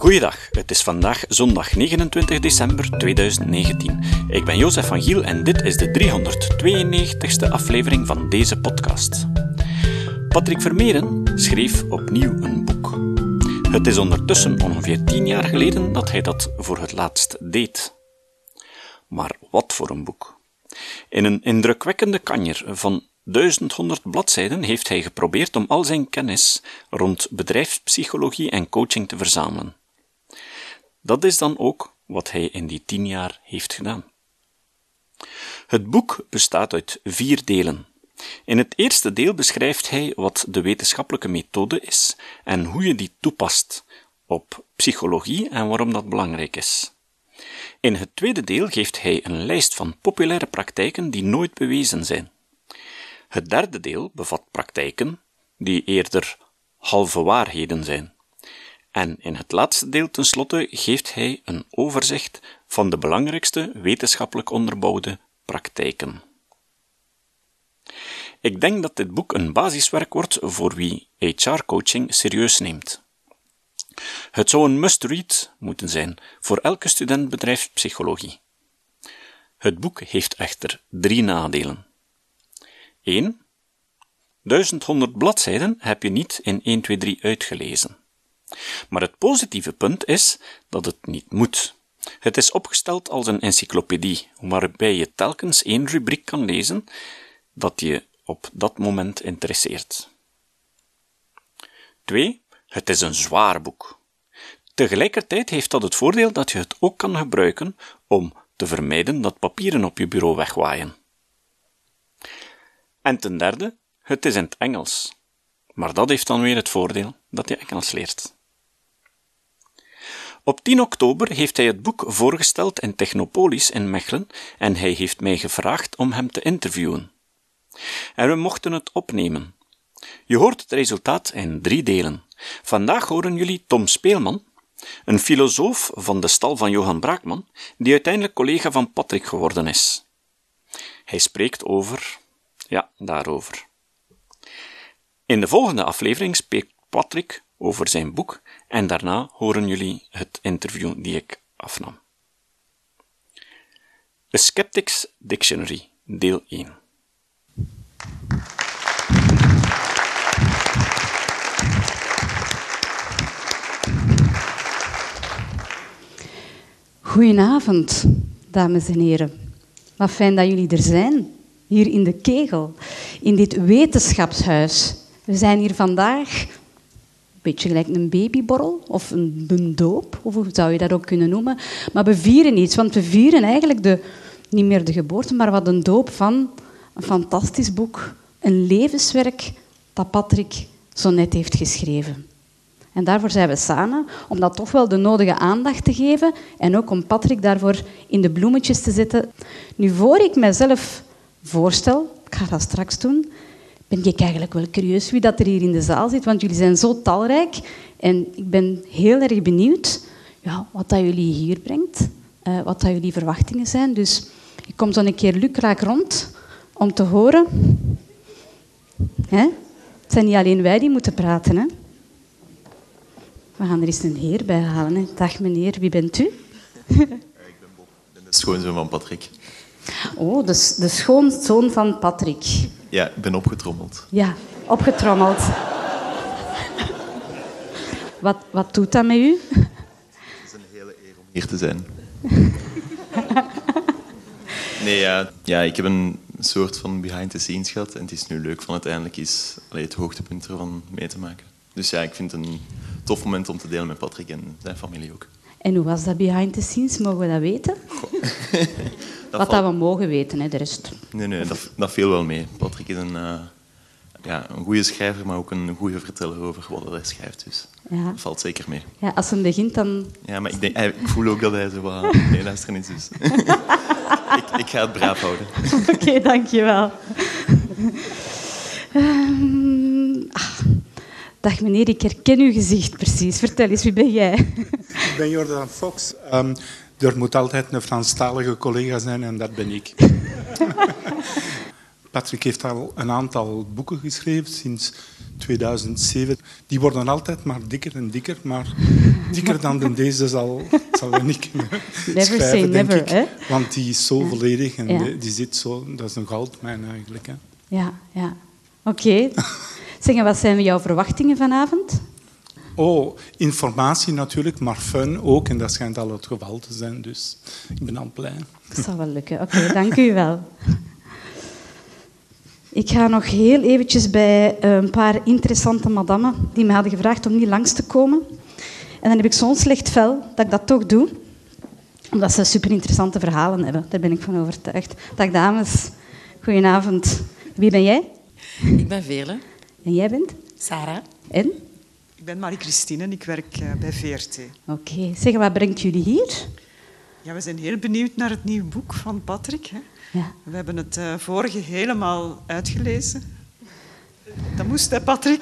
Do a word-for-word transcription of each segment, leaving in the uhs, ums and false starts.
Goeiedag, het is vandaag zondag negenentwintig december tweeduizend negentien. Ik ben Jozef van Giel en dit is de driehonderdtweeënnegentigste aflevering van deze podcast. Patrick Vermeeren schreef opnieuw een boek. Het is ondertussen ongeveer tien jaar geleden dat hij dat voor het laatst deed. Maar wat voor een boek? In een indrukwekkende kanjer van duizend honderd bladzijden heeft hij geprobeerd om al zijn kennis rond bedrijfspsychologie en coaching te verzamelen. Dat is dan ook wat hij in die tien jaar heeft gedaan. Het boek bestaat uit vier delen. In het eerste deel beschrijft hij wat de wetenschappelijke methode is en hoe je die toepast op psychologie en waarom dat belangrijk is. In het tweede deel geeft hij een lijst van populaire praktijken die nooit bewezen zijn. Het derde deel bevat praktijken die eerder halve waarheden zijn. En in het laatste deel tenslotte geeft hij een overzicht van de belangrijkste wetenschappelijk onderbouwde praktijken. Ik denk dat dit boek een basiswerk wordt voor wie H R-coaching serieus neemt. Het zou een must-read moeten zijn voor elke student bedrijfspsychologie. Het boek heeft echter drie nadelen. één. duizend honderd bladzijden heb je niet in één, twee, drie uitgelezen. Maar het positieve punt is dat het niet moet. Het is opgesteld als een encyclopedie, waarbij je telkens één rubriek kan lezen dat je op dat moment interesseert. twee. Het is een zwaar boek. Tegelijkertijd heeft dat het voordeel dat je het ook kan gebruiken om te vermijden dat papieren op je bureau wegwaaien. En ten derde, het is in het Engels. Maar dat heeft dan weer het voordeel dat je Engels leert. Op tien oktober heeft hij het boek voorgesteld in Technopolis in Mechelen en hij heeft mij gevraagd om hem te interviewen. En we mochten het opnemen. Je hoort het resultaat in drie delen. Vandaag horen jullie Tom Speelman, een filosoof van de stal van Johan Braakman, die uiteindelijk collega van Patrick geworden is. Hij spreekt over... ja, daarover. In de volgende aflevering spreekt Patrick over zijn boek en daarna horen jullie het interview die ik afnam. A Skeptic's Dictionary, deel één. Goedenavond, dames en heren. Wat fijn dat jullie er zijn, hier in de Kegel, in dit wetenschapshuis. We zijn hier vandaag een beetje gelijk een babyborrel of een, een doop, of hoe zou je dat ook kunnen noemen. Maar we vieren iets, want we vieren eigenlijk de, niet meer de geboorte, maar wat een doop van een fantastisch boek, een levenswerk dat Patrick zo net heeft geschreven. En daarvoor zijn we samen, om dat toch wel de nodige aandacht te geven en ook om Patrick daarvoor in de bloemetjes te zetten. Nu, voor ik mezelf voorstel, ik ga dat straks doen, ben ik eigenlijk wel curieus wie dat er hier in de zaal zit, want jullie zijn zo talrijk en ik ben heel erg benieuwd ja, wat dat jullie hier brengt, uh, wat dat jullie verwachtingen zijn. Dus ik kom zo een keer lukraak rond om te horen. Hè? Het zijn niet alleen wij die moeten praten, hè? We gaan er eens een heer bij halen. Hè. Dag meneer, wie bent u? Ik ben Bob, ik ben de schoonzoon van Patrick. Oh, de, de schoonzoon van Patrick. Ja, ik ben opgetrommeld. Ja, opgetrommeld. wat, wat doet dat met u? Het is een hele eer om hier te zijn. Nee, ja, ja, ik heb een soort van behind the scenes gehad en het is nu leuk van uiteindelijk eens allee, het hoogtepunt ervan mee te maken. Dus ja, ik vind het een tof moment om te delen met Patrick en zijn familie ook. En hoe was dat behind the scenes? Mogen we dat weten? dat Wat valt... dat we mogen weten, hè, de rest. Nee, nee, dat, dat viel wel mee. Patrick is een, uh, ja, een goede schrijver, maar ook een goede verteller over wat hij schrijft. Dus ja. Dat valt zeker mee. Ja, als hij begint, dan... Ja, maar ik, denk, ik voel ook dat hij zo wat meeluisteren is. Dus. ik, ik ga het braaf houden. Oké, okay, dankjewel. um, ah. Dag meneer, ik herken uw gezicht precies. Vertel eens, wie ben jij? Ik ben Jordan Fox. Um, er moet altijd een Franstalige collega zijn en dat ben ik. Patrick heeft al een aantal boeken geschreven sinds tweeduizend zeven. Die worden altijd maar dikker en dikker, maar dikker dan de deze zal, zal er niet kunnen Never schrijven, say denk never, ik. hè? Want die is zo Ja. volledig en Ja. die, die zit zo... Dat is een goudmijn eigenlijk. Hè. Ja, ja. Oké. Okay. Zeg, en wat zijn jouw verwachtingen vanavond? Oh, informatie natuurlijk, maar fun ook. En dat schijnt al het geval te zijn, dus ik ben al blij. Dat zal wel lukken. Oké, okay, dank u wel. Ik ga nog heel eventjes bij een paar interessante madammen die me hadden gevraagd om niet langs te komen. En dan heb ik zo'n slecht vel dat ik dat toch doe, omdat ze super interessante verhalen hebben. Daar ben ik van overtuigd. Dag dames, goedenavond. Wie ben jij? Ik ben Veerle. En jij bent? Sarah. En? Ik ben Marie-Christine en ik werk uh, bij V R T. Oké. Okay. Zeg, wat brengt jullie hier? Ja, we zijn heel benieuwd naar het nieuwe boek van Patrick. Hè. Ja. We hebben het uh, vorige helemaal uitgelezen. Dat moest, hè, Patrick?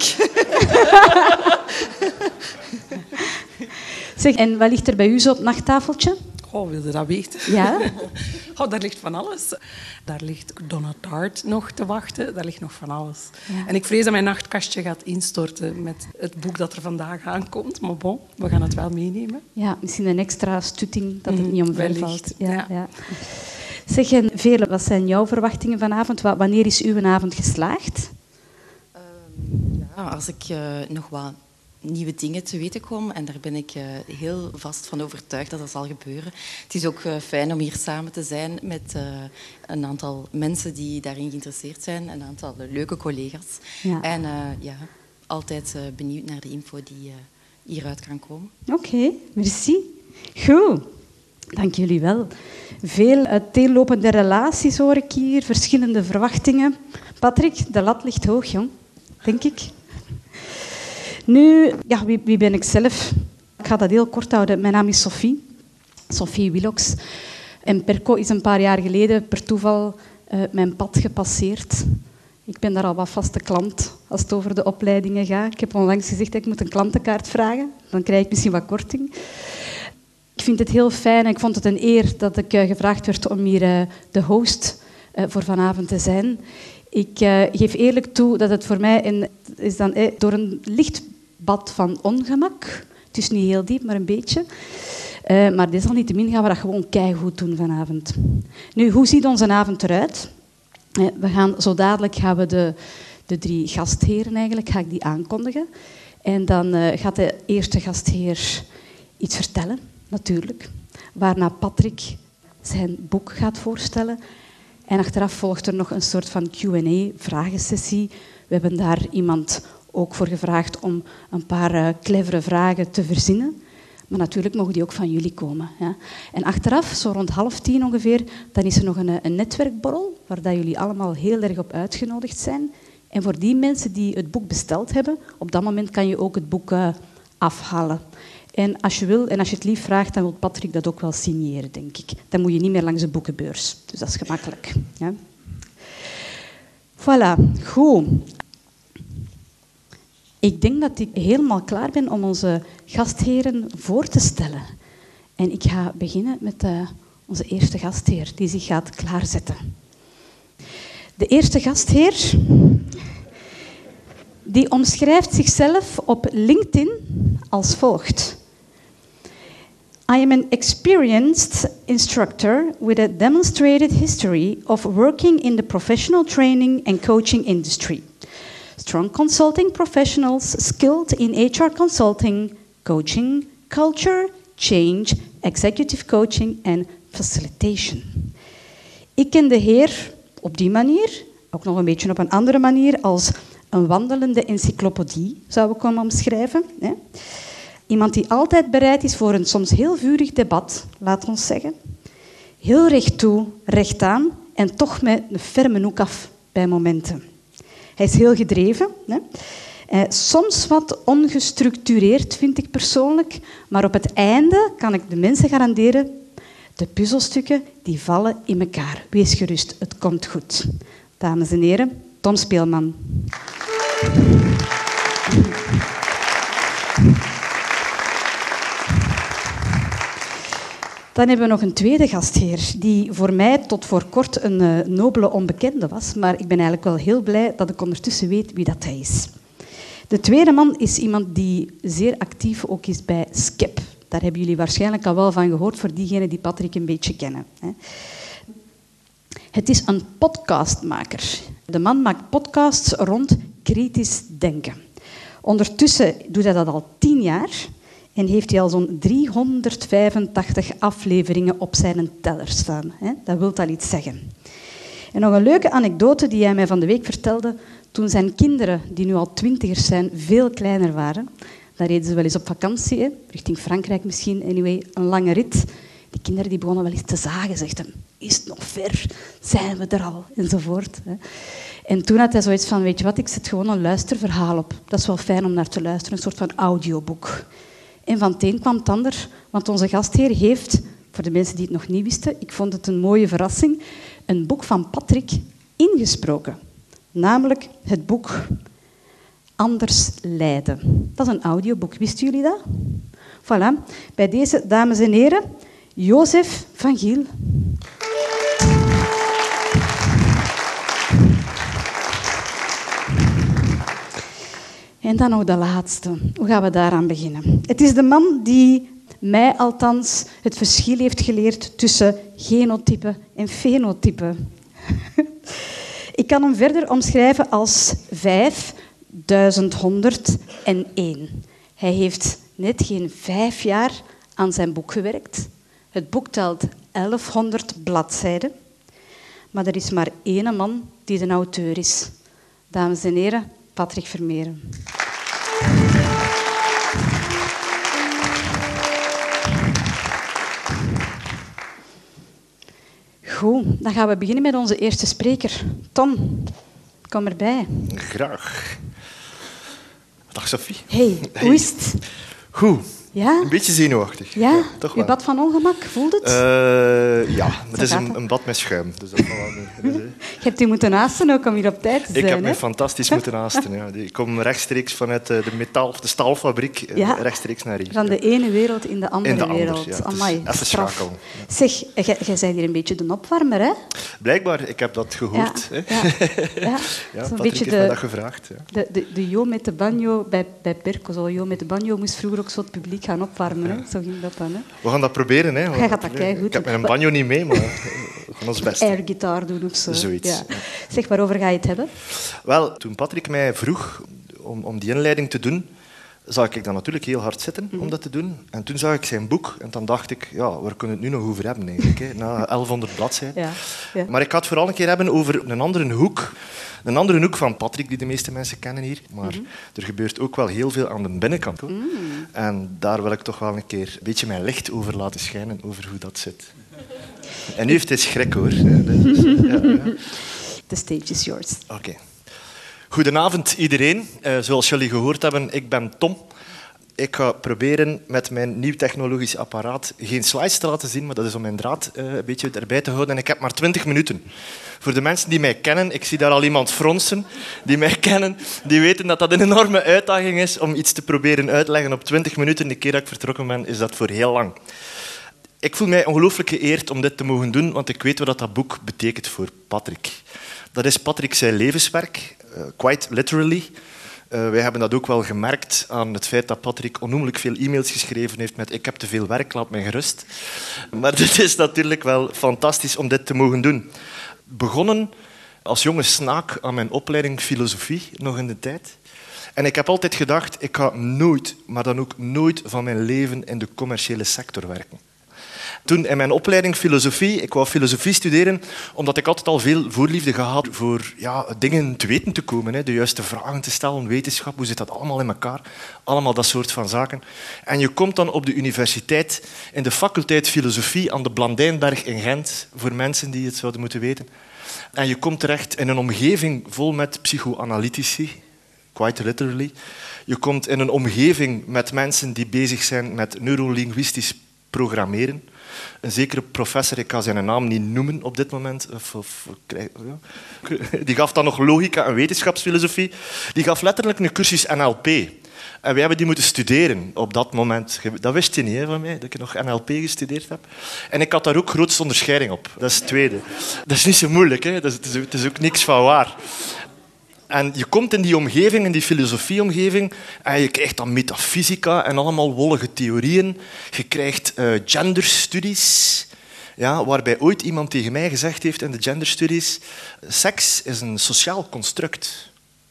Zeg, en wat ligt er bij u zo op het nachttafeltje? Oh, wil je dat weten? Ja? Oh, daar ligt van alles. Daar ligt Donna Tartt nog te wachten. Daar ligt nog van alles. Ja. En ik vrees dat mijn nachtkastje gaat instorten met het boek dat er vandaag aankomt. Maar bon, we gaan het wel meenemen. Ja, misschien een extra stutting dat het Mm, niet omver wellicht, valt. Ja, ja. ja. Zeg, en Veerle, wat zijn jouw verwachtingen vanavond? Wa- Wanneer is uw avond geslaagd? Um, ja, als ik uh, nog wat nieuwe dingen te weten kom, en daar ben ik uh, heel vast van overtuigd dat dat zal gebeuren. Het is ook uh, fijn om hier samen te zijn met uh, een aantal mensen die daarin geïnteresseerd zijn, een aantal uh, leuke collega's. Ja. En uh, ja, altijd uh, benieuwd naar de info die uh, hieruit kan komen. Oké, okay, merci. Goed, dank jullie wel. Veel uiteenlopende relaties hoor ik hier, verschillende verwachtingen. Patrick, de lat ligt hoog, jong, denk ik. Nu, ja, wie, wie ben ik zelf? Ik ga dat heel kort houden. Mijn naam is Sophie, Sophie Willox. En Perco is een paar jaar geleden per toeval uh, mijn pad gepasseerd. Ik ben daar al wat vaste klant als het over de opleidingen gaat. Ik heb onlangs gezegd dat ik moet een klantenkaart vragen. Dan krijg ik misschien wat korting. Ik vind het heel fijn en ik vond het een eer dat ik uh, gevraagd werd om hier uh, de host uh, voor vanavond te zijn. Ik uh, geef eerlijk toe dat het voor mij een, is dan, eh, door een licht bad van ongemak. Het is niet heel diep, maar een beetje. Uh, maar desalniettemin gaan we dat gewoon keigoed doen vanavond. Nu, hoe ziet onze avond eruit? Uh, we gaan, zo dadelijk gaan we de, de drie gastheren eigenlijk, ga ik die aankondigen. En dan uh, gaat de eerste gastheer iets vertellen, natuurlijk. Waarna Patrick zijn boek gaat voorstellen. En achteraf volgt er nog een soort van Q en A, vragensessie. We hebben daar iemand ook voor gevraagd om een paar uh, clevere vragen te verzinnen. Maar natuurlijk mogen die ook van jullie komen. Ja. En achteraf, zo rond half tien ongeveer, dan is er nog een, een netwerkborrel waar dat jullie allemaal heel erg op uitgenodigd zijn. En voor die mensen die het boek besteld hebben, op dat moment kan je ook het boek uh, afhalen. En als je wil en als je het lief vraagt, dan wil Patrick dat ook wel signeren, denk ik. Dan moet je niet meer langs de boekenbeurs. Dus dat is gemakkelijk. Ja. Voilà, goed. Ik denk dat ik helemaal klaar ben om onze gastheren voor te stellen. En ik ga beginnen met uh, onze eerste gastheer, die zich gaat klaarzetten. De eerste gastheer die omschrijft zichzelf op LinkedIn als volgt. I am an experienced instructor with a demonstrated history of working in the professional training and coaching industry. Strong consulting professionals skilled in H R consulting, coaching, culture, change, executive coaching en facilitation. Ik ken de heer op die manier, ook nog een beetje op een andere manier, als een wandelende encyclopedie, zou ik hem omschrijven. Hè? Iemand die altijd bereid is voor een soms heel vurig debat, laat ons zeggen. Heel recht toe, recht aan en toch met een ferme hoek af bij momenten. Hij is heel gedreven. Hè? Eh, soms wat ongestructureerd, vind ik persoonlijk. Maar op het einde kan ik de mensen garanderen, de puzzelstukken die vallen in elkaar. Wees gerust, het komt goed. Dames en heren, Tom Speelman. Dan hebben we nog een tweede gastheer, die voor mij tot voor kort een uh, nobele onbekende was. Maar ik ben eigenlijk wel heel blij dat ik ondertussen weet wie dat hij is. De tweede man is iemand die zeer actief ook is bij Skep. Daar hebben jullie waarschijnlijk al wel van gehoord, voor diegenen die Patrick een beetje kennen. Het is een podcastmaker. De man maakt podcasts rond kritisch denken. Ondertussen doet hij dat al tien jaar en heeft hij al zo'n driehonderdvijfentachtig afleveringen op zijn teller staan. Dat wil al iets zeggen. En nog een leuke anekdote die hij mij van de week vertelde. Toen zijn kinderen, die nu al twintigers zijn, veel kleiner waren. Daar reden ze wel eens op vakantie, hè, richting Frankrijk misschien. Anyway, een lange rit. Die kinderen die begonnen wel eens te zagen. Zegden, is het nog ver? Zijn we er al? Enzovoort. Hè. En toen had hij zoiets van, weet je wat, ik zet gewoon een luisterverhaal op. Dat is wel fijn om naar te luisteren, een soort van audioboek. En van het een kwam het ander, want onze gastheer heeft, voor de mensen die het nog niet wisten, ik vond het een mooie verrassing, een boek van Patrick ingesproken. Namelijk het boek Anders lijden. Dat is een audioboek. Wisten jullie dat? Voilà. Bij deze, dames en heren, Jozef van Giel. En dan nog de laatste. Hoe gaan we daaraan beginnen? Het is de man die mij althans het verschil heeft geleerd tussen genotype en fenotype. Ik kan hem verder omschrijven als vijfduizend honderdéén. Hij heeft net geen vijf jaar aan zijn boek gewerkt. Het boek telt elfhonderd bladzijden. Maar er is maar één man die de auteur is. Dames en heren, Patrick Vermeeren. Goed, dan gaan we beginnen met onze eerste spreker. Tom, kom erbij. Graag. Dag Sophie. Hey, hey. Hoe is het? Goed. Ja? Een beetje zenuwachtig. Ja? Ja, toch wel. Je bad van ongemak, voelt het? Uh, ja, het is gaat een, het? een bad met schuim. Dus dat kan wel niet. Je hebt u moeten haasten ook om hier op tijd te zijn. Ik heb hè? me fantastisch moeten haasten. Ja. Ik kom rechtstreeks vanuit de metaal, of de staalfabriek uh, Ja. rechtstreeks naar hier. Van de ene wereld in de andere, In de andere, wereld. ja. Het is Amai, even straf. schakelen. Zeg, jij, jij bent hier een beetje de opwarmer, hè? Blijkbaar, ik heb dat gehoord. Ja, hè. ja, ja. Ja, Zo'n Patrick beetje heeft mij dat de, gevraagd. Ja. de, de, de Jo met de banjo bij, bij Perco. Zo, Jo met de banjo moest vroeger ook zo het publiek gaan opwarmen. Hè? Zo ging dat dan. Hè? We gaan dat proberen. Hè. We Jij gaan gaat dat proberen. keigoed Ik heb doen. mijn banjo niet mee, maar we gaan ons best doen. Airgitaar doen of zo. Zoiets, Ja. ja. Zeg, waarover ga je het hebben? Wel, toen Patrick mij vroeg om, om die inleiding te doen, zag ik dan natuurlijk heel hard zitten om dat te doen. En toen zag ik zijn boek en dan dacht ik, ja, waar kunnen we het nu nog over hebben eigenlijk, hè? Na elfhonderd bladzijden. Ja. Ja. Maar ik ga het vooral een keer hebben over een andere hoek. Een andere hoek van Patrick, die de meeste mensen kennen hier. Maar mm-hmm. er gebeurt ook wel heel veel aan de binnenkant. Hoor. Mm. En daar wil ik toch wel een keer een beetje mijn licht over laten schijnen, over hoe dat zit. En nu heeft hij schrik, hoor. Ja, dus, ja, ja. The stage is yours. Oké. Okay. Goedenavond iedereen. Uh, zoals jullie gehoord hebben, ik ben Tom. Ik ga proberen met mijn nieuw technologisch apparaat geen slides te laten zien, maar dat is om mijn draad uh, een beetje erbij te houden. En ik heb maar twintig minuten. Voor de mensen die mij kennen, ik zie daar al iemand fronsen, die mij kennen, die weten dat dat een enorme uitdaging is om iets te proberen uitleggen op twintig minuten. De keer dat ik vertrokken ben, is dat voor heel lang. Ik voel mij ongelooflijk geëerd om dit te mogen doen, want ik weet wat dat boek betekent voor Patrick. Dat is Patrick zijn levenswerk, uh, quite literally. Uh, wij hebben dat ook wel gemerkt aan het feit dat Patrick onnoemelijk veel e-mails geschreven heeft met ik heb te veel werk, laat mij gerust. Maar het is natuurlijk wel fantastisch om dit te mogen doen. Begonnen als jonge snaak aan mijn opleiding filosofie, nog in de tijd. En ik heb altijd gedacht, ik ga nooit, maar dan ook nooit van mijn leven in de commerciële sector werken. Toen in mijn opleiding filosofie, ik wou filosofie studeren, omdat ik altijd al veel voorliefde gehad had voor ja, dingen te weten te komen. Hè, de juiste vragen te stellen, wetenschap, hoe zit dat allemaal in elkaar? Allemaal dat soort van zaken. En je komt dan op de universiteit, in de faculteit filosofie aan de Blandijnberg in Gent, voor mensen die het zouden moeten weten. En je komt terecht in een omgeving vol met psychoanalytici, quite literally. Je komt in een omgeving met mensen die bezig zijn met neurolinguïstisch programmeren. Een zekere professor, ik kan zijn naam niet noemen op dit moment, of, of, ja. Die gaf dan nog logica en wetenschapsfilosofie. Die gaf letterlijk een cursus N L P. En wij hebben die moeten studeren op dat moment. Dat wist je niet hè, van mij, dat ik nog N L P gestudeerd heb. En ik had daar ook grootste onderscheiding op. Dat is het tweede. Dat is niet zo moeilijk, hè? Dat is, het is ook niks van waar. En je komt in die omgeving, in die filosofieomgeving, en je krijgt dan metafysica en allemaal wollige theorieën. Je krijgt uh, genderstudies, ja, waarbij ooit iemand tegen mij gezegd heeft in de genderstudies, seks is een sociaal construct.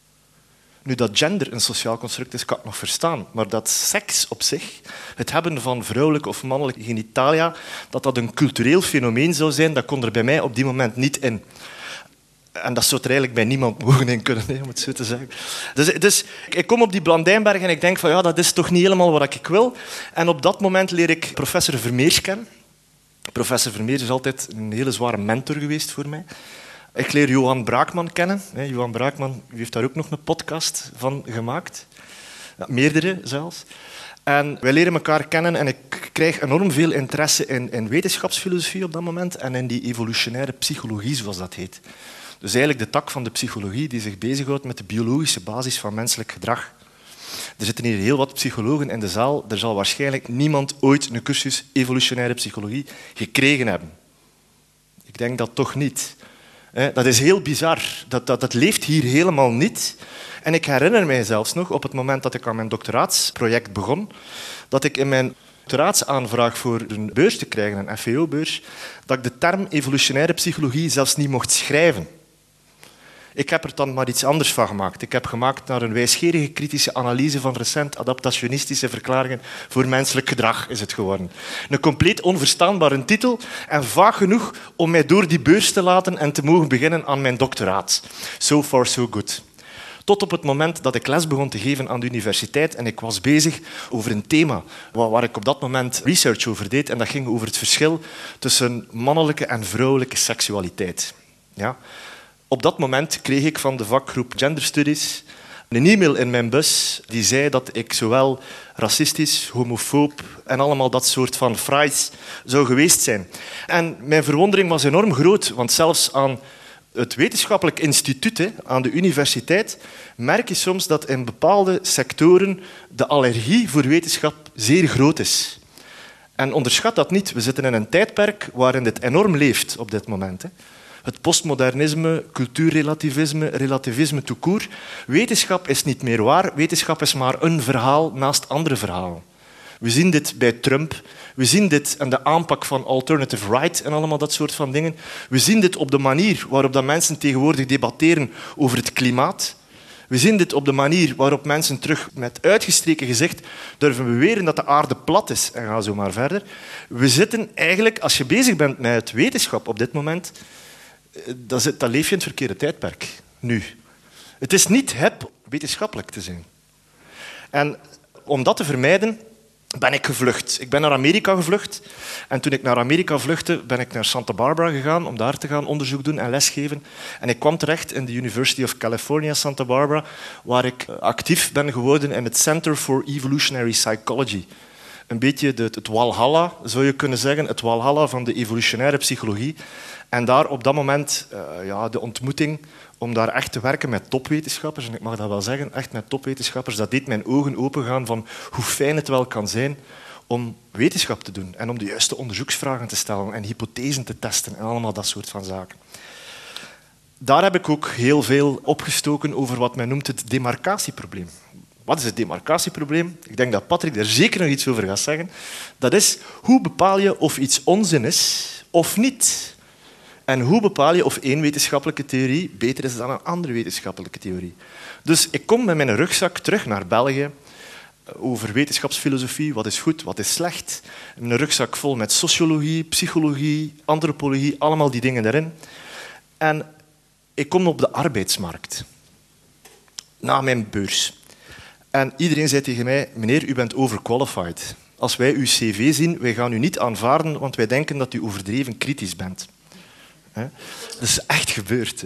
Nu, dat gender een sociaal construct is, kan ik nog verstaan. Maar dat seks op zich, het hebben van vrouwelijke of mannelijke genitalia, dat dat een cultureel fenomeen zou zijn, dat kon er bij mij op die moment niet in. En dat zou er eigenlijk bij niemand mogen in kunnen, om het zo te zeggen. Dus, dus ik kom op die Blandijnberg en ik denk van ja, dat is toch niet helemaal wat ik wil. En op dat moment leer ik professor Vermeers kennen. Professor Vermeers is altijd een hele zware mentor geweest voor mij. Ik leer Johan Braakman kennen. Johan Braakman heeft daar ook nog een podcast van gemaakt. Ja, meerdere zelfs. En wij leren elkaar kennen en ik krijg enorm veel interesse in, in wetenschapsfilosofie op dat moment en in die evolutionaire psychologie, zoals dat heet. Dus eigenlijk de tak van de psychologie die zich bezighoudt met de biologische basis van menselijk gedrag. Er zitten hier heel wat psychologen in de zaal. Er zal waarschijnlijk niemand ooit een cursus evolutionaire psychologie gekregen hebben. Ik denk dat toch niet. Dat is heel bizar. Dat, dat, dat leeft hier helemaal niet. En ik herinner mij zelfs nog, op het moment dat ik aan mijn doctoraatsproject begon, dat ik in mijn doctoraatsaanvraag voor een beurs te krijgen, een F V O-beurs, dat ik de term evolutionaire psychologie zelfs niet mocht schrijven. Ik heb er dan maar iets anders van gemaakt. Ik heb gemaakt naar een wijsgerige kritische analyse van recent adaptationistische verklaringen voor menselijk gedrag, is het geworden. Een compleet onverstaanbare titel en vaag genoeg om mij door die beurs te laten en te mogen beginnen aan mijn doctoraat. So far, so good. Tot op het moment dat ik les begon te geven aan de universiteit en ik was bezig over een thema waar ik op dat moment research over deed en dat ging over het verschil tussen mannelijke en vrouwelijke seksualiteit. Ja. Op dat moment kreeg ik van de vakgroep Gender Studies een e-mail in mijn bus die zei dat ik zowel racistisch, homofoob en allemaal dat soort van fraais zou geweest zijn. En mijn verwondering was enorm groot, want zelfs aan het wetenschappelijk instituut, aan de universiteit, merk je soms dat in bepaalde sectoren de allergie voor wetenschap zeer groot is. En onderschat dat niet. We zitten in een tijdperk waarin dit enorm leeft op dit moment. Het postmodernisme, cultuurrelativisme, relativisme tout court. Wetenschap is niet meer waar. Wetenschap is maar een verhaal naast andere verhalen. We zien dit bij Trump. We zien dit aan de aanpak van alternative right en allemaal dat soort van dingen. We zien dit op de manier waarop dat mensen tegenwoordig debatteren over het klimaat. We zien dit op de manier waarop mensen terug met uitgestreken gezicht durven beweren dat de aarde plat is en gaan zo maar verder. We zitten eigenlijk, als je bezig bent met wetenschap op dit moment, dan leef je in het verkeerde tijdperk. Nu. Het is niet hip wetenschappelijk te zijn. En om dat te vermijden, ben ik gevlucht. Ik ben naar Amerika gevlucht. En toen ik naar Amerika vluchtte, ben ik naar Santa Barbara gegaan om daar te gaan onderzoek doen en lesgeven. En ik kwam terecht in de University of California, Santa Barbara, waar ik actief ben geworden in het Center for Evolutionary Psychology. Een beetje de, het Walhalla, zou je kunnen zeggen, het Walhalla van de evolutionaire psychologie. En daar op dat moment uh, ja, de ontmoeting om daar echt te werken met topwetenschappers, en ik mag dat wel zeggen, echt met topwetenschappers, dat deed mijn ogen opengaan van hoe fijn het wel kan zijn om wetenschap te doen en om de juiste onderzoeksvragen te stellen en hypothesen te testen en allemaal dat soort van zaken. Daar heb ik ook heel veel opgestoken over wat men noemt het demarcatieprobleem. Wat is het demarcatieprobleem? Ik denk dat Patrick daar zeker nog iets over gaat zeggen. Dat is, hoe bepaal je of iets onzin is of niet? En hoe bepaal je of één wetenschappelijke theorie beter is dan een andere wetenschappelijke theorie? Dus ik kom met mijn rugzak terug naar België over wetenschapsfilosofie. Wat is goed, wat is slecht? Een rugzak vol met sociologie, psychologie, antropologie, allemaal die dingen daarin. En ik kom op de arbeidsmarkt. Na mijn beurs. En iedereen zei tegen mij, meneer, u bent overqualified. Als wij uw cv zien, wij gaan u niet aanvaarden, want wij denken dat u overdreven kritisch bent. Dat is echt gebeurd.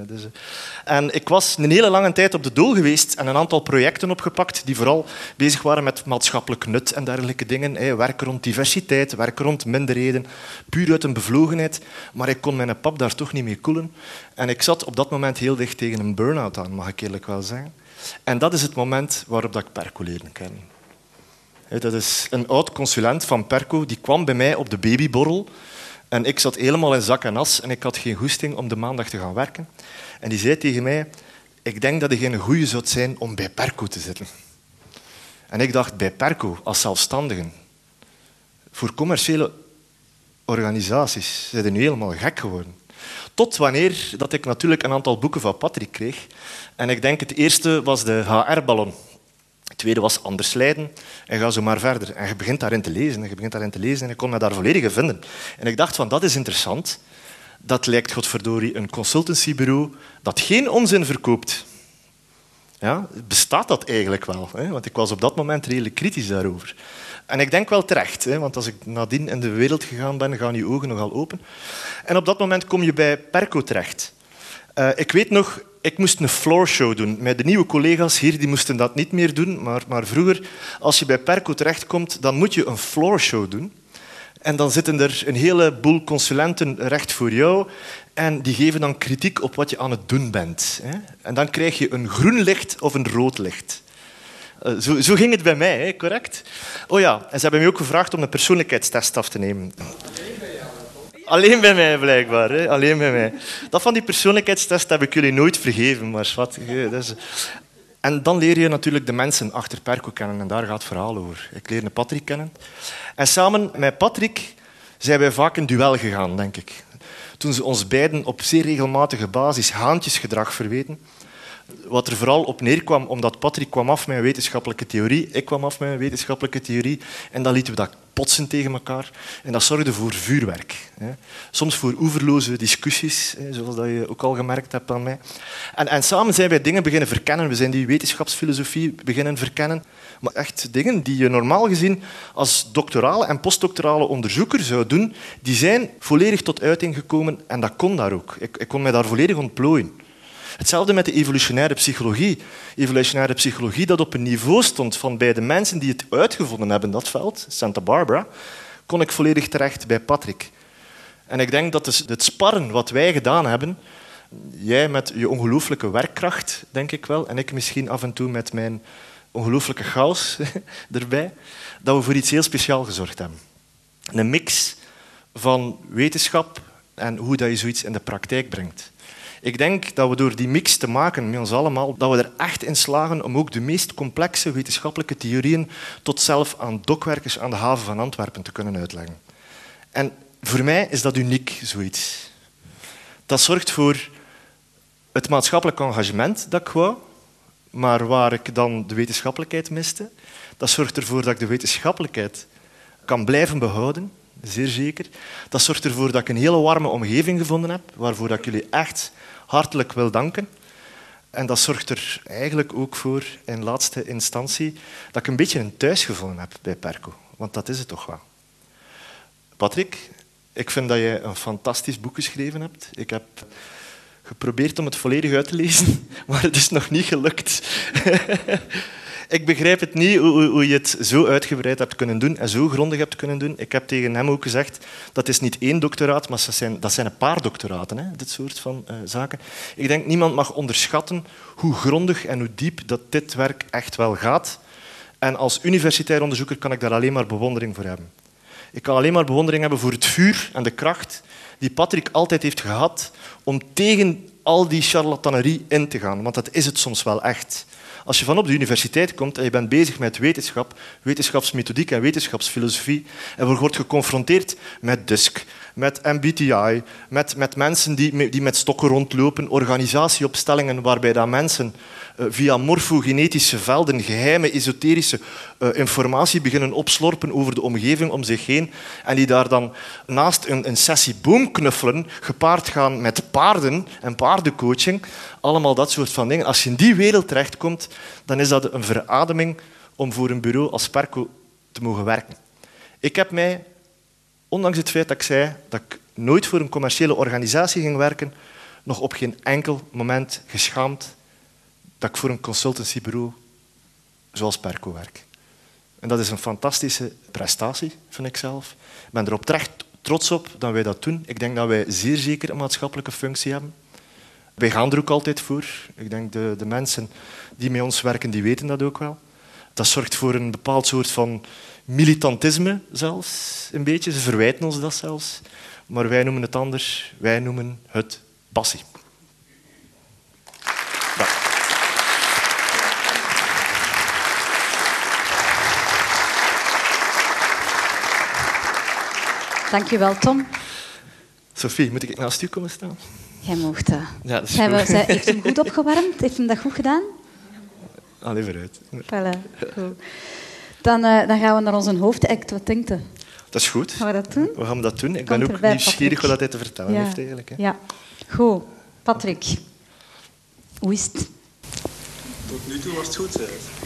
En ik was een hele lange tijd op de dool geweest en een aantal projecten opgepakt die vooral bezig waren met maatschappelijk nut en dergelijke dingen. Werken rond diversiteit, werken rond minderheden, puur uit een bevlogenheid. Maar ik kon mijn pap daar toch niet mee koelen. En ik zat op dat moment heel dicht tegen een burn-out aan, mag ik eerlijk wel zeggen. En dat is het moment waarop ik Perco leerde kennen. Dat is een oud consulent van Perco, die kwam bij mij op de babyborrel. En ik zat helemaal in zak en as en ik had geen goesting om de maandag te gaan werken. En die zei tegen mij, ik denk dat je geen goeie zou zijn om bij Perco te zitten. En ik dacht, bij Perco, als zelfstandigen, voor commerciële organisaties, zijn die nu helemaal gek geworden. Tot wanneer dat ik natuurlijk een aantal boeken van Patrick kreeg. En ik denk, het eerste was de H R-ballon. Het tweede was Anders Leiden. En ga zo maar verder. En je begint daarin te lezen. En je begint daarin te lezen. En ik kon me daar volledig in vinden. En ik dacht, van, dat is interessant. Dat lijkt, godverdorie, een consultancybureau dat geen onzin verkoopt. Ja, bestaat dat eigenlijk wel? Hè? Want ik was op dat moment redelijk kritisch daarover. En ik denk wel terecht, hè? Want als ik nadien in de wereld gegaan ben, gaan je ogen nogal open. En op dat moment kom je bij Perco terecht. Uh, ik weet nog, ik moest een floorshow doen. Met de nieuwe collega's hier die moesten dat niet meer doen. Maar, maar vroeger, als je bij Perco terechtkomt, dan moet je een floorshow doen. En dan zitten er een heleboel consulenten recht voor jou en die geven dan kritiek op wat je aan het doen bent. En dan krijg je een groen licht of een rood licht. Zo, zo ging het bij mij, hè, correct? Oh ja, en ze hebben mij ook gevraagd om een persoonlijkheidstest af te nemen. Alleen bij mij, blijkbaar. Hè? Alleen bij mij. Dat van die persoonlijkheidstest heb ik jullie nooit vergeven, maar wat. Dus... En dan leer je natuurlijk de mensen achter Perco kennen en daar gaat het verhaal over. Ik leerde Patrick kennen. En samen met Patrick zijn wij vaak in duel gegaan, denk ik. Toen ze ons beiden op zeer regelmatige basis haantjesgedrag verweten. Wat er vooral op neerkwam, omdat Patrick kwam af met een wetenschappelijke theorie, ik kwam af met een wetenschappelijke theorie, en dan lieten we dat potsen tegen elkaar. En dat zorgde voor vuurwerk. Soms voor oeverloze discussies, zoals dat je ook al gemerkt hebt aan mij. En, en samen zijn wij dingen beginnen verkennen. We zijn die wetenschapsfilosofie beginnen verkennen. Maar echt dingen die je normaal gezien als doctorale en postdoctorale onderzoeker zou doen, die zijn volledig tot uiting gekomen en dat kon daar ook. Ik, ik kon mij daar volledig ontplooien. Hetzelfde met de evolutionaire psychologie. Evolutionaire psychologie dat op een niveau stond van bij de mensen die het uitgevonden hebben, dat veld, Santa Barbara, kon ik volledig terecht bij Patrick. En ik denk dat het sparren wat wij gedaan hebben, jij met je ongelooflijke werkkracht, denk ik wel, en ik misschien af en toe met mijn ongelooflijke chaos erbij, dat we voor iets heel speciaals gezorgd hebben. Een mix van wetenschap en hoe dat je zoiets in de praktijk brengt. Ik denk dat we door die mix te maken met ons allemaal, dat we er echt in slagen om ook de meest complexe wetenschappelijke theorieën tot zelf aan dokwerkers aan de haven van Antwerpen te kunnen uitleggen. En voor mij is dat uniek, zoiets. Dat zorgt voor het maatschappelijk engagement dat ik wou, maar waar ik dan de wetenschappelijkheid miste. Dat zorgt ervoor dat ik de wetenschappelijkheid kan blijven behouden, zeer zeker. Dat zorgt ervoor dat ik een hele warme omgeving gevonden heb, waarvoor ik jullie echt hartelijk wil danken. En dat zorgt er eigenlijk ook voor, in laatste instantie, dat ik een beetje een thuis gevonden heb bij Perco. Want dat is het toch wel. Patrick, ik vind dat jij een fantastisch boek geschreven hebt. Ik heb geprobeerd om het volledig uit te lezen, maar het is nog niet gelukt. Ik begrijp het niet hoe, hoe je het zo uitgebreid hebt kunnen doen en zo grondig hebt kunnen doen. Ik heb tegen hem ook gezegd, dat is niet één doctoraat, maar dat zijn, dat zijn een paar doctoraten, hè, dit soort van uh, zaken. Ik denk, niemand mag onderschatten hoe grondig en hoe diep dat dit werk echt wel gaat. En als universitair onderzoeker kan ik daar alleen maar bewondering voor hebben. Ik kan alleen maar bewondering hebben voor het vuur en de kracht die Patrick altijd heeft gehad om tegen al die charlatanerie in te gaan. Want dat is het soms wel echt. Als je van op de universiteit komt en je bent bezig met wetenschap, wetenschapsmethodiek en wetenschapsfilosofie, en je wordt geconfronteerd met D U S C, met M B T I, met, met mensen die, die met stokken rondlopen, organisatieopstellingen waarbij dat mensen uh, via morfogenetische velden geheime, esoterische uh, informatie beginnen opslorpen over de omgeving om zich heen en die daar dan naast een, een sessie boomknuffelen gepaard gaan met paarden en paardencoaching, allemaal dat soort van dingen. Als je in die wereld terechtkomt, dan is dat een verademing om voor een bureau als Perco te mogen werken. Ik heb mij, ondanks het feit dat ik zei dat ik nooit voor een commerciële organisatie ging werken, nog op geen enkel moment geschaamd dat ik voor een consultancybureau zoals Perco werk. En dat is een fantastische prestatie, vind ik zelf. Ik ben er oprecht trots op dat wij dat doen. Ik denk dat wij zeer zeker een maatschappelijke functie hebben. Wij gaan er ook altijd voor. Ik denk de, de mensen die met ons werken, die weten dat ook wel. Dat zorgt voor een bepaald soort van militantisme zelfs, een beetje. Ze verwijten ons dat zelfs. Maar wij noemen het anders. Wij noemen het passie. Ja. Dank je wel, Tom. Sophie, moet ik naast u komen staan? Jij mocht dat. Ja, dat is Zijn we, goed. zij, heeft hem goed opgewarmd? Heeft hem dat goed gedaan? Allee, vooruit. Voilà, goed. Dan, uh, dan gaan we naar onze hoofdact. Wat denkt u? Dat is goed. Gaan we dat doen? We gaan dat doen. Ik Komt ben ook erbij, nieuwsgierig Patrick. wat hij te vertellen Ja. heeft eigenlijk. Hè. Ja. Goed. Patrick, hoe is het? Tot nu toe was het goed.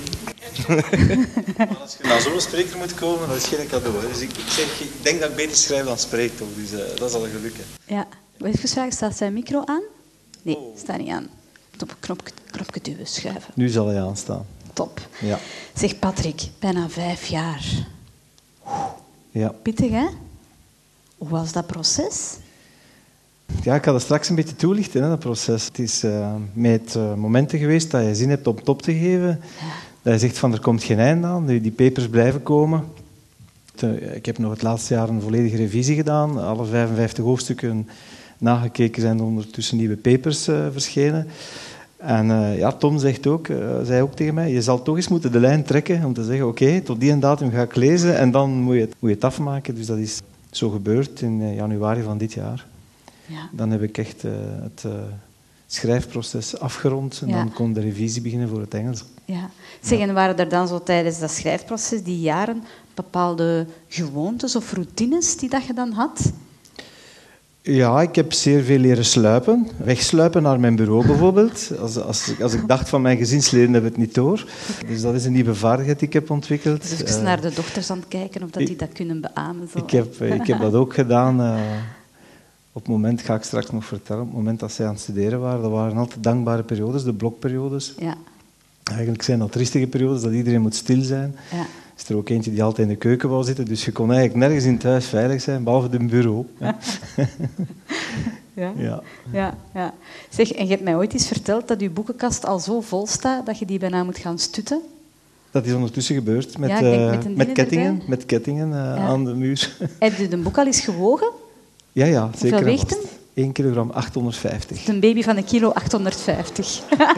Maar als je naar zo'n spreker moet komen, dat is geen cadeau. Hè. Dus ik, ik, zeg, ik denk dat ik beter schrijf dan spreek, toch? Dus uh, dat is al een geluk. Hè. Ja. Even vragen, staat zijn micro aan? Nee, staat niet aan. Op een knopje, knopje duwen, schuiven. Nu zal hij aanstaan. Top. Ja. Zeg Patrick, bijna vijf jaar. Ja. Pittig, hè? Hoe was dat proces? Ja, ik ga dat straks een beetje toelichten, hè, dat proces. Het is uh, met uh, momenten geweest dat je zin hebt om top te geven. Ja. Dat je zegt van er komt geen einde aan, die, die papers blijven komen. Ik heb nog het laatste jaar een volledige revisie gedaan. Alle vijfenvijftig hoofdstukken nagekeken zijn ondertussen nieuwe papers uh, verschenen. En uh, ja, Tom zegt ook, uh, zei ook tegen mij, je zal toch eens moeten de lijn trekken om te zeggen, oké, okay, tot die en datum ga ik lezen en dan moet je, het, moet je het afmaken. Dus dat is zo gebeurd in uh, januari van dit jaar. Ja. Dan heb ik echt uh, het uh, schrijfproces afgerond en ja. dan kon de revisie beginnen voor het Engels. Ja. Zeg, en waren er dan zo tijdens dat schrijfproces, die jaren, bepaalde gewoontes of routines die dat je dan had? Ja, ik heb zeer veel leren sluipen. Wegsluipen naar mijn bureau bijvoorbeeld. Als, als, als ik dacht van mijn gezinsleden hebben het niet door. Dus dat is een nieuwe vaardigheid die ik heb ontwikkeld. Dus even uh, naar de dochters aan het kijken of dat die dat kunnen beamen. Zo. Ik, heb, ik heb dat ook gedaan. Uh, op het moment, ga ik straks nog vertellen, op het moment dat zij aan het studeren waren, dat waren altijd dankbare periodes, de blokperiodes. Ja. Eigenlijk zijn dat triestige periodes, dat iedereen moet stil zijn. Ja. Is er ook eentje die altijd in de keuken wou zitten, dus je kon eigenlijk nergens in het huis veilig zijn, behalve het bureau. Ja. Ja. Ja. Ja, ja. Zeg, en je hebt mij ooit eens verteld dat je boekenkast al zo vol staat dat je die bijna moet gaan stutten. Dat is ondertussen gebeurd met, ja, met, uh, met kettingen, met kettingen uh, ja. aan de muur. Heb je een boek al eens gewogen? Ja, ja, zeker. Hoeveel weegt hem? één kilogram achthonderdvijftig. Het is een baby van een kilo achthonderdvijftig.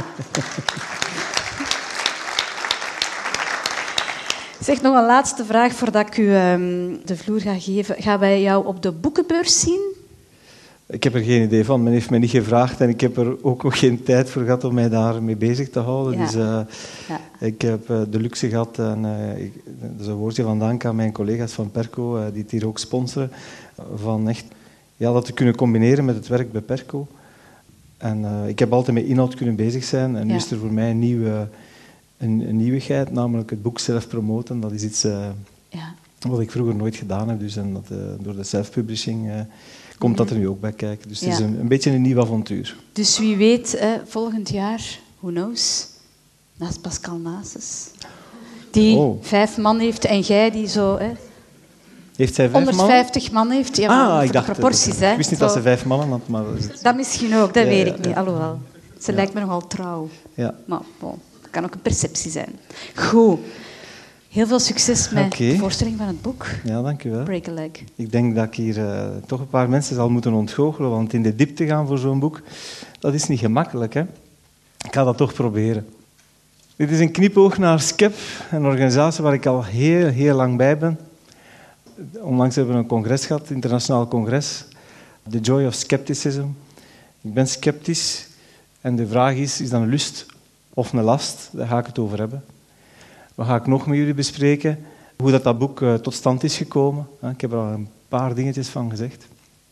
Zeg, nog een laatste vraag voordat ik u um, de vloer ga geven. Gaan wij jou op de boekenbeurs zien? Ik heb er geen idee van. Men heeft mij niet gevraagd en ik heb er ook nog geen tijd voor gehad om mij daarmee bezig te houden. Ja. Dus uh, ja. ik heb uh, de luxe gehad, en uh, ik, dat is een woordje van dank aan mijn collega's van Perco, uh, die het hier ook sponsoren, van echt ja, dat te kunnen combineren met het werk bij Perco. En uh, ik heb altijd met inhoud kunnen bezig zijn en nu ja. is er voor mij een nieuwe... Een, een nieuwigheid, namelijk het boek zelf promoten. Dat is iets uh, ja. wat ik vroeger nooit gedaan heb. Dus en dat, uh, door de self-publishing uh, komt dat er nu ook bij kijken. Dus ja. het is een, een beetje een nieuw avontuur. Dus wie weet, eh, volgend jaar, who knows, naast Pascal Nases, die oh. vijf man heeft en jij die zo... Eh, heeft zij vijf honderdvijftig man heeft? Ja, ah, ik dacht, proporties. Uh, hè. ik wist niet zo. Dat ze vijf mannen had, maar... Dat, het... dat misschien ook, dat ja, weet ik ja, niet. Alhoewel, ze ja. lijkt me nogal trouw. Ja. Maar bon. Kan ook een perceptie zijn. Goed. Heel veel succes met okay. de voorstelling van het boek. Ja, dank u wel. Break a leg. Ik denk dat ik hier uh, toch een paar mensen zal moeten ontgoochelen, want in de diepte gaan voor zo'n boek, dat is niet gemakkelijk, hè. Ik ga dat toch proberen. Dit is een knipoog naar SCEP, een organisatie waar ik al heel, heel lang bij ben. Onlangs hebben we een congres gehad, een internationaal congres. The Joy of Skepticism. Ik ben sceptisch en de vraag is, is dat een lust of een last? Daar ga ik het over hebben. Wat ga ik nog met jullie bespreken? Hoe dat, dat boek uh, tot stand is gekomen. Uh, ik heb er al een paar dingetjes van gezegd.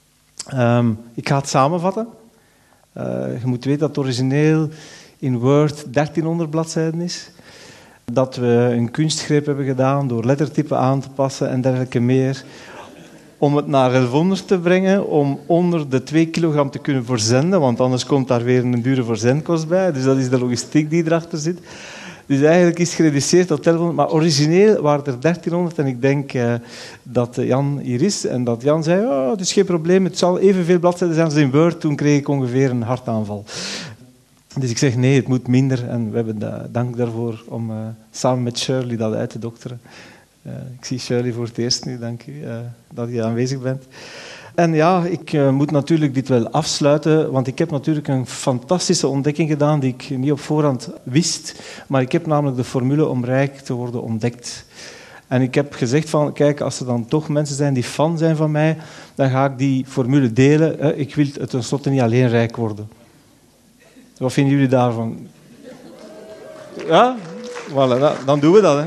Um, ik ga het samenvatten. Uh, je moet weten dat het origineel in Word dertienhonderd bladzijden is. Dat we een kunstgreep hebben gedaan door lettertypen aan te passen en dergelijke meer. Om het naar elfhonderd te brengen, om onder de twee kilogram te kunnen verzenden, want anders komt daar weer een dure verzendkost bij. Dus dat is de logistiek die erachter zit. Dus eigenlijk is het gereduceerd tot elfhonderd, maar origineel waren er dertienhonderd en ik denk uh, dat Jan hier is en dat Jan zei, oh, het is geen probleem, het zal evenveel bladzijden zijn als in Word. Toen kreeg ik ongeveer een hartaanval. Dus ik zeg nee, het moet minder en we hebben de, dank daarvoor om uh, samen met Shirley dat uit te dokteren. Uh, ik zie Shirley voor het eerst nu, dank u uh, dat je aanwezig bent. En ja, ik uh, moet natuurlijk dit wel afsluiten, want ik heb natuurlijk een fantastische ontdekking gedaan die ik niet op voorhand wist. Maar ik heb namelijk de formule om rijk te worden ontdekt. En ik heb gezegd van, kijk, als er dan toch mensen zijn die fan zijn van mij, dan ga ik die formule delen. Ik wil het tenslotte niet alleen rijk worden. Wat vinden jullie daarvan? Ja, voilà, dan doen we dat, hè.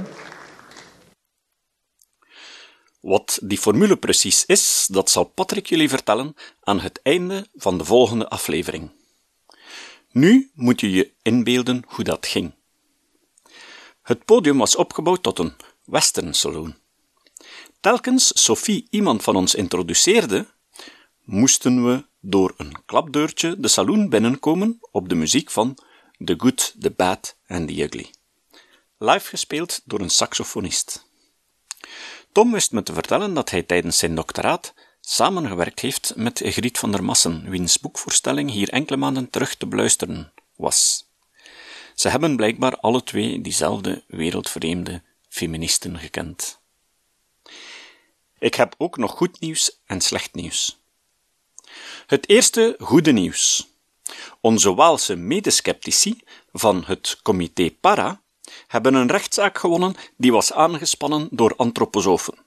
Wat die formule precies is, dat zal Patrick jullie vertellen aan het einde van de volgende aflevering. Nu moet je je inbeelden hoe dat ging. Het podium was opgebouwd tot een western saloon. Telkens Sophie iemand van ons introduceerde, moesten we door een klapdeurtje de saloon binnenkomen op de muziek van The Good, The Bad and The Ugly. Live gespeeld door een saxofonist. Tom wist me te vertellen dat hij tijdens zijn doctoraat samengewerkt heeft met Griet van der Massen, wiens boekvoorstelling hier enkele maanden terug te beluisteren was. Ze hebben blijkbaar alle twee diezelfde wereldvreemde feministen gekend. Ik heb ook nog goed nieuws en slecht nieuws. Het eerste goede nieuws. Onze Waalse medesceptici van het comité Para hebben een rechtszaak gewonnen die was aangespannen door antroposofen.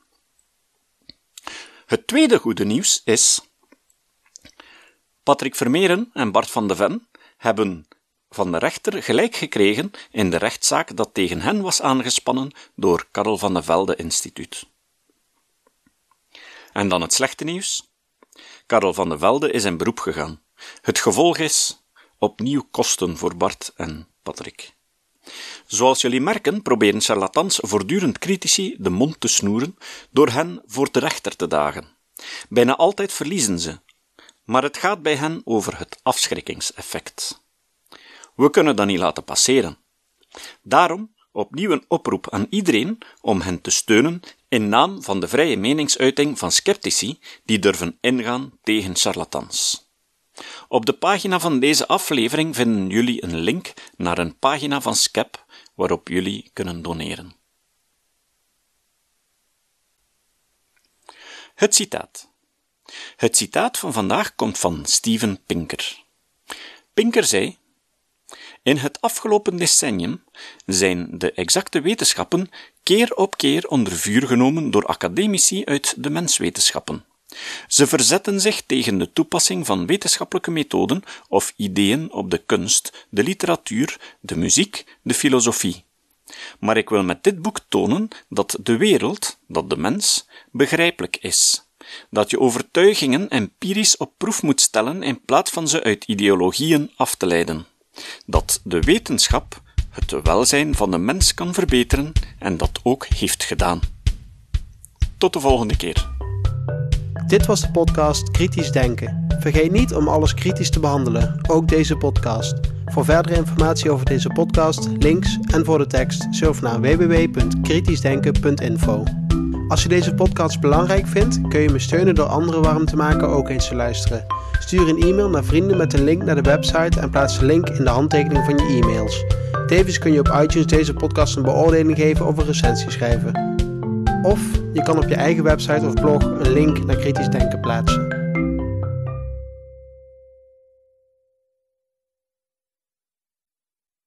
Het tweede goede nieuws is: Patrick Vermeeren en Bart van de Ven hebben van de rechter gelijk gekregen in de rechtszaak dat tegen hen was aangespannen door Karel van de Velde Instituut. En dan het slechte nieuws. Karel van de Velde is in beroep gegaan. Het gevolg is opnieuw kosten voor Bart en Patrick. Zoals jullie merken, proberen charlatans voortdurend critici de mond te snoeren door hen voor de rechter te dagen. Bijna altijd verliezen ze, maar het gaat bij hen over het afschrikkingseffect. We kunnen dat niet laten passeren. Daarom opnieuw een oproep aan iedereen om hen te steunen in naam van de vrije meningsuiting van sceptici die durven ingaan tegen charlatans. Op de pagina van deze aflevering vinden jullie een link naar een pagina van Scep waarop jullie kunnen doneren. Het citaat. Het citaat van vandaag komt van Steven Pinker. Pinker zei: in het afgelopen decennium zijn de exacte wetenschappen keer op keer onder vuur genomen door academici uit de menswetenschappen. Ze verzetten zich tegen de toepassing van wetenschappelijke methoden of ideeën op de kunst, de literatuur, de muziek, de filosofie. Maar ik wil met dit boek tonen dat de wereld, dat de mens, begrijpelijk is. Dat je overtuigingen empirisch op proef moet stellen in plaats van ze uit ideologieën af te leiden. Dat de wetenschap het welzijn van de mens kan verbeteren en dat ook heeft gedaan. Tot de volgende keer. Dit was de podcast Kritisch Denken. Vergeet niet om alles kritisch te behandelen, ook deze podcast. Voor verdere informatie over deze podcast, links en voor de tekst, surf naar w w w punt kritisch denken punt info. Als je deze podcast belangrijk vindt, kun je me steunen door anderen warm te maken ook eens te luisteren. Stuur een e-mail naar vrienden met een link naar de website en plaats de link in de handtekening van je e-mails. Tevens kun je op iTunes deze podcast een beoordeling geven of een recensie schrijven. Of je kan op je eigen website of blog een link naar Kritisch Denken plaatsen.